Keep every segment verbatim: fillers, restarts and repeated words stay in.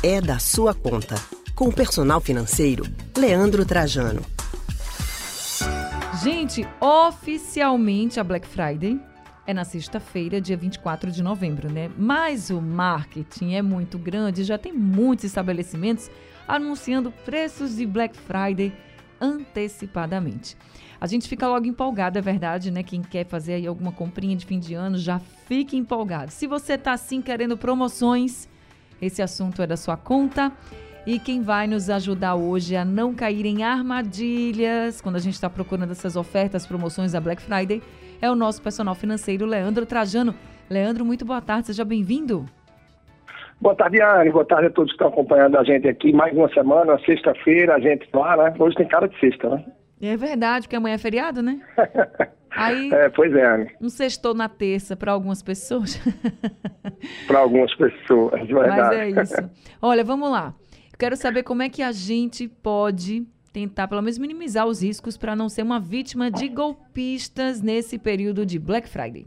é da sua conta. Com o personal financeiro, Leandro Trajano. Gente, oficialmente a Black Friday é na sexta-feira, dia vinte e quatro de novembro, né? Mas o marketing é muito grande, já tem muitos estabelecimentos anunciando preços de Black Friday antecipadamente. A gente fica logo empolgado, é verdade, né? Quem quer fazer aí alguma comprinha de fim de ano já fica empolgado. Se você tá assim querendo promoções, esse assunto é da sua conta. E quem vai nos ajudar hoje a não cair em armadilhas quando a gente está procurando essas ofertas, promoções da Black Friday, é o nosso personal financeiro, Leandro Trajano. Leandro, muito boa tarde, seja bem-vindo. Boa tarde, Anne. Boa tarde a todos que estão acompanhando a gente aqui. Mais uma semana, sexta-feira, a gente lá, né? Hoje tem cara de sexta, né? É verdade, porque amanhã é feriado, né? Aí, é, pois é, Anne. Um sextou na terça para algumas pessoas. Para algumas pessoas, é verdade. Mas é isso. Olha, vamos lá. Eu quero saber como é que a gente pode tentar, pelo menos, minimizar os riscos para não ser uma vítima de golpistas nesse período de Black Friday.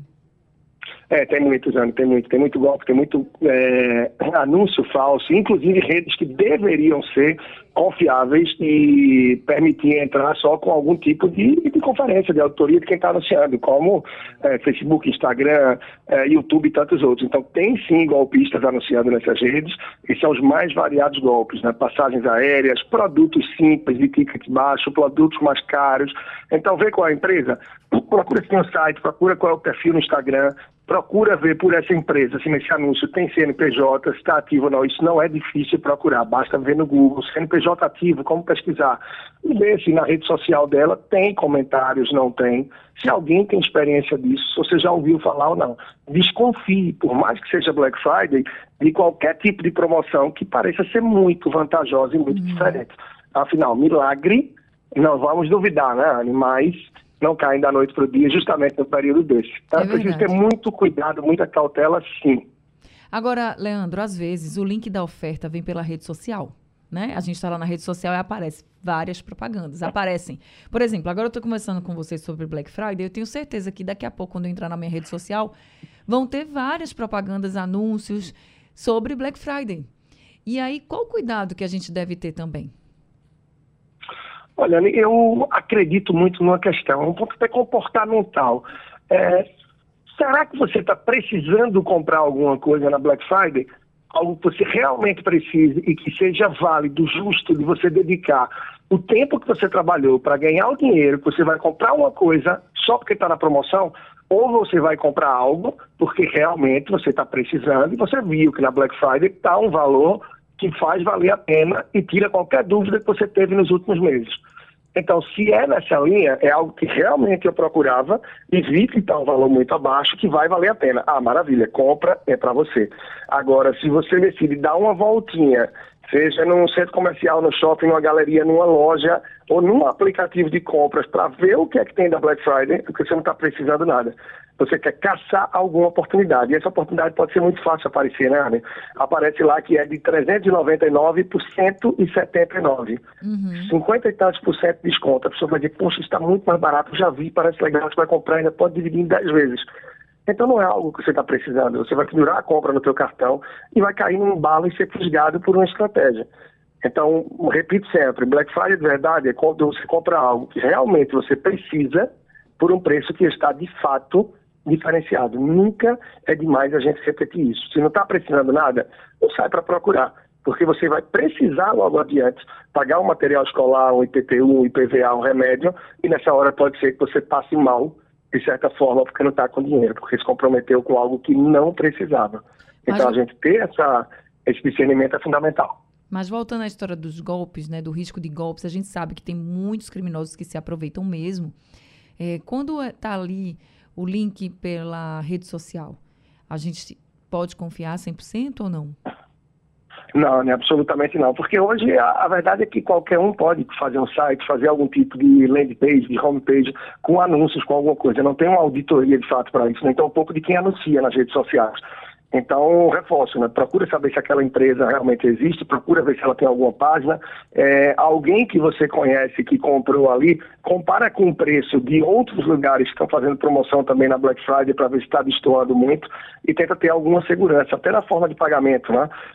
É, tem muitos anos, tem muito, tem muito golpe, tem muito é, anúncio falso, inclusive redes que deveriam ser confiáveis e permitir entrar só com algum tipo de, de conferência, de autoria de quem está anunciando, como é, Facebook, Instagram, é, YouTube e tantos outros. Então tem sim golpistas anunciando nessas redes, e são os mais variados golpes, né? Passagens aéreas, produtos simples, de ticket baixo, produtos mais caros. Então vê qual é a empresa, procura se tem um site, procura qual é o perfil no Instagram, procura ver por essa empresa se nesse anúncio tem C N P J, se está ativo ou não. Isso não é difícil procurar, basta ver no Google, C N P J ativo, como pesquisar. E ver se na rede social dela tem comentários, não tem. Se alguém tem experiência disso, se você já ouviu falar ou não. Desconfie, por mais que seja Black Friday, de qualquer tipo de promoção que pareça ser muito vantajosa e muito uhum. diferente. Afinal, milagre, não vamos duvidar, né, Anne? Mas não caem da noite para o dia, justamente no período desse. Tá? É preciso ter muito cuidado, muita cautela, sim. Agora, Leandro, às vezes o link da oferta vem pela rede social, né? A gente está lá na rede social e aparece várias propagandas, aparecem. Por exemplo, agora eu estou conversando com vocês sobre Black Friday, eu tenho certeza que daqui a pouco, quando eu entrar na minha rede social, vão ter várias propagandas, anúncios sobre Black Friday. E aí, qual o cuidado que a gente deve ter também? Olha, eu acredito muito numa questão, um ponto até comportamental. É, será que você está precisando comprar alguma coisa na Black Friday? Algo que você realmente precise e que seja válido, justo de você dedicar o tempo que você trabalhou para ganhar o dinheiro, que você vai comprar uma coisa só porque está na promoção, ou você vai comprar algo porque realmente você está precisando e você viu que na Black Friday está um valor que faz valer a pena e tira qualquer dúvida que você teve nos últimos meses. Então, se é nessa linha, é algo que realmente eu procurava e vi que está um valor muito abaixo, que vai valer a pena. Ah, maravilha, compra, é para você. Agora, se você decide dar uma voltinha, seja num centro comercial, no shopping, numa galeria, numa loja ou num aplicativo de compras para ver o que é que tem da Black Friday, porque você não está precisando nada. Você quer caçar alguma oportunidade. E essa oportunidade pode ser muito fácil aparecer, né, Anne? Aparece lá que é de trezentos e noventa e nove por cento e setenta e nove. Uhum. cinquenta e tantos por cento de desconto. A pessoa vai dizer, poxa, está muito mais barato, já vi, parece legal, você vai comprar, ainda pode dividir em dez vezes. Então não é algo que você está precisando. Você vai pendurar a compra no teu cartão e vai cair num balo e ser fisgado por uma estratégia. Então, repito sempre, Black Friday de verdade é quando você compra algo que realmente você precisa por um preço que está de fato diferenciado. Nunca é demais a gente repetir isso. Se não está precisando nada, não sai para procurar, porque você vai precisar logo adiante pagar um material escolar, um I P T U, um I P V A, um remédio, e nessa hora pode ser que você passe mal, de certa forma, porque não está com dinheiro, porque se comprometeu com algo que não precisava. Mas então, a gente ter essa, esse discernimento é fundamental. Mas voltando à história dos golpes, né, do risco de golpes, a gente sabe que tem muitos criminosos que se aproveitam mesmo. É, quando está ali o link pela rede social, a gente pode confiar cem por cento ou não? Não, né, absolutamente não. Porque hoje a, a verdade é que qualquer um pode fazer um site, fazer algum tipo de landing page, de homepage, com anúncios, com alguma coisa. Não tem uma auditoria de fato para isso, né? Então um pouco de quem anuncia nas redes sociais. Então, reforço, né? Procura saber se aquela empresa realmente existe, procura ver se ela tem alguma página. É, alguém que você conhece que comprou ali, compara com o preço de outros lugares que estão fazendo promoção também na Black Friday para ver se está destoando muito e tenta ter alguma segurança, até na forma de pagamento, né?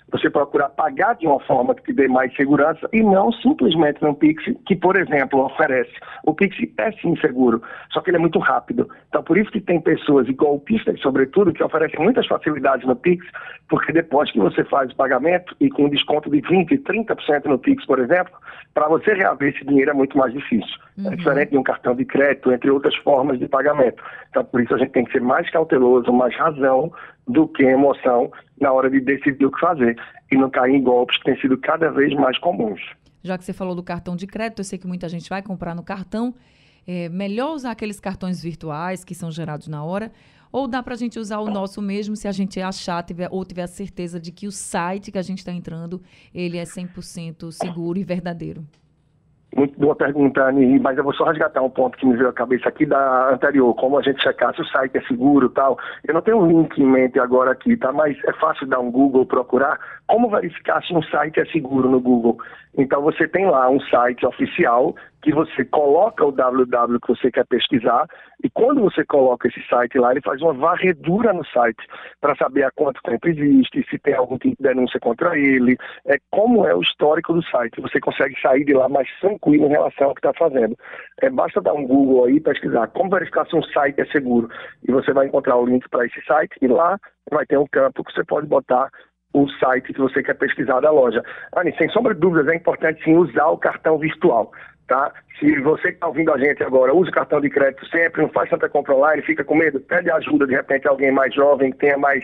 você procurar pagar de uma forma que te dê mais segurança e não simplesmente no Pix, que, por exemplo, oferece. O Pix é sim seguro, só que ele é muito rápido. Então, por isso que tem pessoas, e golpistas, sobretudo, que oferecem muitas facilidades no Pix, porque depois que você faz o pagamento, e com desconto de vinte por cento, trinta por cento no Pix, por exemplo, para você reaver esse dinheiro é muito mais difícil. Uhum. É diferente de um cartão de crédito, entre outras formas de pagamento. Então, por isso a gente tem que ser mais cauteloso, mais razão do que emoção na hora de decidir o que fazer e não cair em golpes que têm sido cada vez mais comuns. Já que você falou do cartão de crédito, eu sei que muita gente vai comprar no cartão. É melhor usar aqueles cartões virtuais que são gerados na hora, ou dá para a gente usar o nosso mesmo se a gente achar tiver, ou tiver a certeza de que o site que a gente está entrando, ele é cem por cento seguro e verdadeiro? Muito boa pergunta, Ani, mas eu vou só resgatar um ponto que me veio à cabeça aqui da anterior, como a gente checar se o site é seguro e tal. Eu não tenho um link em mente agora aqui, tá? Mas é fácil dar um Google, procurar como verificar se um site é seguro no Google. Então você tem lá um site oficial que você coloca o W W que você quer pesquisar e quando você coloca esse site lá, ele faz uma varredura no site para saber há quanto tempo existe, se tem algum tipo de denúncia contra ele, é, como é o histórico do site. Você consegue sair de lá mais tranquilo em relação ao que está fazendo. É, basta dar um Google aí e pesquisar como verificar se um site é seguro e você vai encontrar o link para esse site e lá vai ter um campo que você pode botar o site que você quer pesquisar da loja. Anny, sem sombra de dúvidas, é importante sim usar o cartão virtual, tá? Se você que está ouvindo a gente agora usa o cartão de crédito sempre, não faz tanta compra online, fica com medo, pede ajuda de repente a alguém mais jovem que tenha mais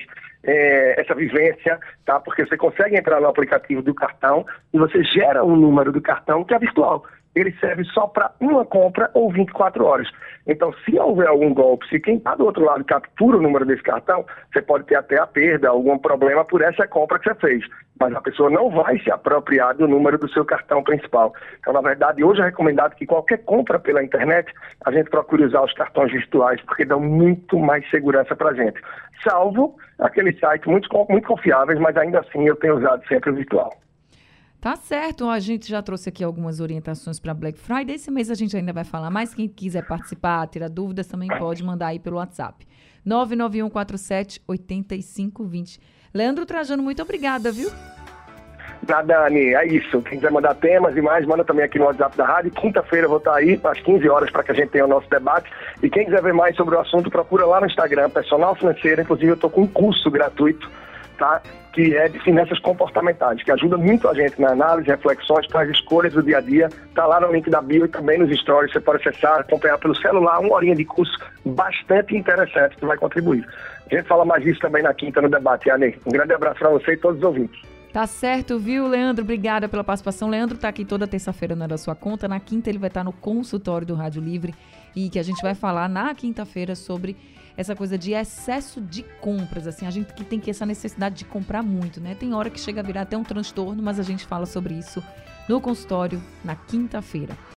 é, essa vivência, tá? Porque você consegue entrar no aplicativo do cartão e você gera um número do cartão que é virtual. Ele serve só para uma compra ou vinte e quatro horas. Então, se houver algum golpe, se quem está do outro lado captura o número desse cartão, você pode ter até a perda, algum problema por essa compra que você fez. Mas a pessoa não vai se apropriar do número do seu cartão principal. Então, na verdade, hoje é recomendado que qualquer compra pela internet, a gente procure usar os cartões virtuais, porque dão muito mais segurança para a gente. Salvo aqueles sites muito, muito confiáveis, mas ainda assim eu tenho usado sempre o virtual. Tá certo, a gente já trouxe aqui algumas orientações para Black Friday. Esse mês a gente ainda vai falar mais. Quem quiser participar, tirar dúvidas, também pode mandar aí pelo WhatsApp. nove nove um quatro sete oito cinco dois zero. Leandro Trajano, muito obrigada, viu? Nada, Ani, é isso. Quem quiser mandar temas e mais, manda também aqui no WhatsApp da rádio. Quinta-feira eu vou estar aí às quinze horas para que a gente tenha o nosso debate. E quem quiser ver mais sobre o assunto, procura lá no Instagram, Personal Financeiro. Inclusive eu estou com um curso gratuito, tá? Que é de finanças comportamentais, que ajuda muito a gente na análise, reflexões para as escolhas do dia a dia. Está lá no link da bio e também nos stories. Você pode acessar, acompanhar pelo celular, uma horinha de curso bastante interessante que vai contribuir. A gente fala mais disso também na quinta no debate, Ani. Um grande abraço para você e todos os ouvintes. Tá certo, viu, Leandro? Obrigada pela participação. Leandro tá aqui toda terça-feira na da sua conta. Na quinta ele vai estar no consultório do Rádio Livre e que a gente vai falar na quinta-feira sobre essa coisa de excesso de compras, assim, a gente que tem que essa necessidade de comprar muito, né? Tem hora que chega a virar até um transtorno, mas a gente fala sobre isso no consultório na quinta-feira.